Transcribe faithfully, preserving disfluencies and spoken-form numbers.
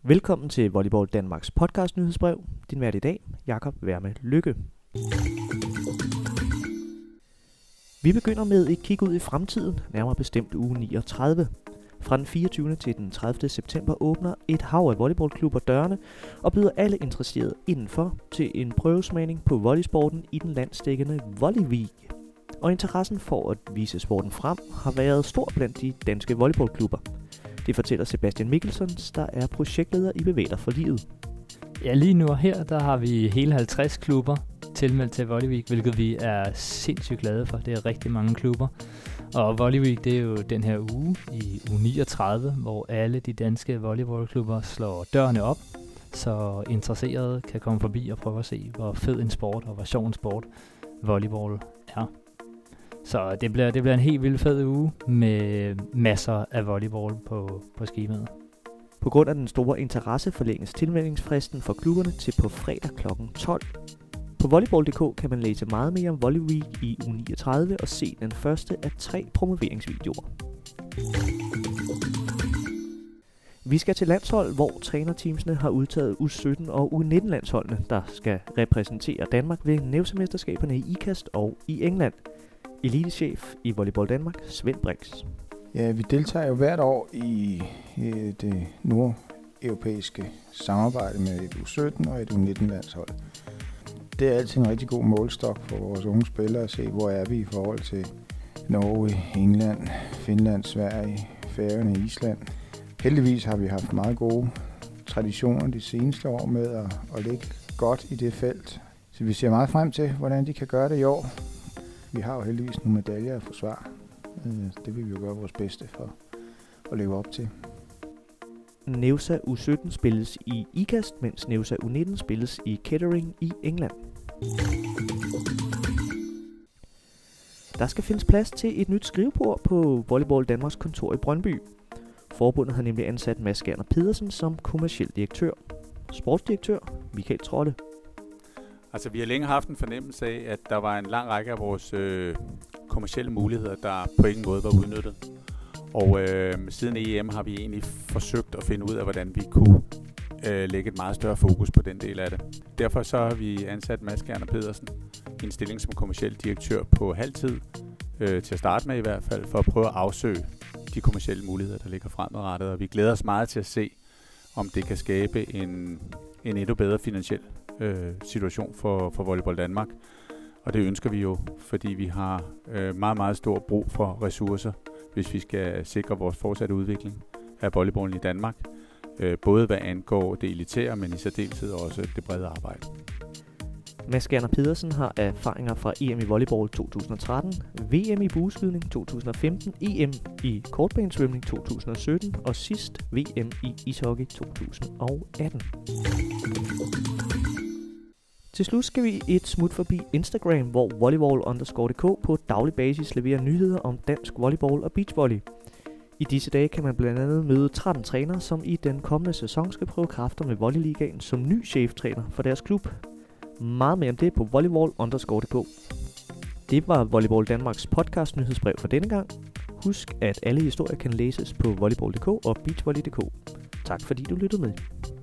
Velkommen til Volleyball Danmarks podcast nyhedsbrev. Din vært i dag, Jakob Værme Lykke. Vi begynder med et kig ud i fremtiden, nærmere bestemt uge niogtredive. Fra den fireogtyvende til den tredivte september åbner et hav af volleyballklubber dørene og byder alle interesserede indenfor til en prøvesmagning på volleysporten i den landsdækkende Volley Week. Og interessen for at vise sporten frem har været stor blandt de danske volleyballklubber. Det fortæller Sebastian Mikkelsons, der er projektleder i Bevæger for Livet. Ja, lige nu og her, der har vi hele halvtreds klubber tilmeldt til Volley Week, hvilket vi er sindssygt glade for. Det er rigtig mange klubber. Og Volley Week, det er jo den her uge, i uge niogtredive, hvor alle de danske volleyballklubber slår dørene op, så interesserede kan komme forbi og prøve at se, hvor fed en sport og hvor sjov en sport volleyball er. Så det bliver, det bliver en helt vildt fed uge med masser af volleyball på, på skemaet. På grund af den store interesse forlænges tilmeldingsfristen for klubberne til på fredag klokken tolv. På volleyball punktum d k kan man læse meget mere om Volley Week i uge niogtredive og se den første af tre promoveringsvideoer. Vi skal til landshold, hvor trænerteamsene har udtaget U sytten og U nitten landsholdene, der skal repræsentere Danmark ved nævsemesterskaberne i IKAST og i England. Elitechef i Volleyball Danmark, Svend Brix. Ja, vi deltager jo hvert år i det nordeuropæiske samarbejde med et U sytten og et U nitten landshold. Det er altid en rigtig god målstok for vores unge spillere at se, hvor er vi i forhold til Norge, England, Finland, Sverige, Færøerne og Island. Heldigvis har vi haft meget gode traditioner de seneste år med at, at ligge godt i det felt. Så vi ser meget frem til, hvordan de kan gøre det i år. Vi har jo heldigvis nogle medaljer at forsvare. Det vil vi jo gøre vores bedste for at leve op til. Nevsa U sytten spilles i IKAST, mens Nevsa U nitten spilles i Kettering i England. Der skal findes plads til et nyt skrivebord på Volleyball Danmarks kontor i Brøndby. Forbundet har nemlig ansat Mads Gerner Pedersen som kommerciel direktør. Sportsdirektør Michael Trotte. Altså, vi har længe haft en fornemmelse af, at der var en lang række af vores øh, kommercielle muligheder, der på ingen måde var udnyttet. Og øh, siden E M har vi egentlig forsøgt at finde ud af, hvordan vi kunne øh, lægge et meget større fokus på den del af det. Derfor så har vi ansat Mads Gerner Pedersen i en stilling som kommerciel direktør på halvtid, øh, til at starte med i hvert fald, for at prøve at afsøge de kommercielle muligheder, der ligger fremadrettet. Og vi glæder os meget til at se, om det kan skabe en, en endnu bedre finansiel øh, situation for, for Volleyball Danmark. Og det ønsker vi jo, fordi vi har øh, meget, meget stor brug for ressourcer, hvis vi skal sikre vores fortsatte udvikling af volleyballen i Danmark. Øh, både hvad angår det elitære, men i særdeleshed også det brede arbejde. Mads Gerner Pedersen har erfaringer fra E M i volleyball to tusind og tretten, V M i bueskydning to tusind og femten, E M i kortbanesvømning to tusind og sytten og sidst V M i ishockey to tusind og atten. Til slut skal vi et smut forbi Instagram, hvor volleyball underscore d k på daglig basis leverer nyheder om dansk volleyball og beachvolley. I disse dage kan man blandt andet møde tretten trænere, som i den kommende sæson skal prøve kræfter med Volleyligaen som ny cheftræner for deres klub. Meget mere om det på volleyball underscore d k. Det var Volleyball Danmarks podcast nyhedsbrev for denne gang. Husk, at alle historier kan læses på volleyball punktum d k og beachvolley punktum d k. Tak fordi du lyttede med.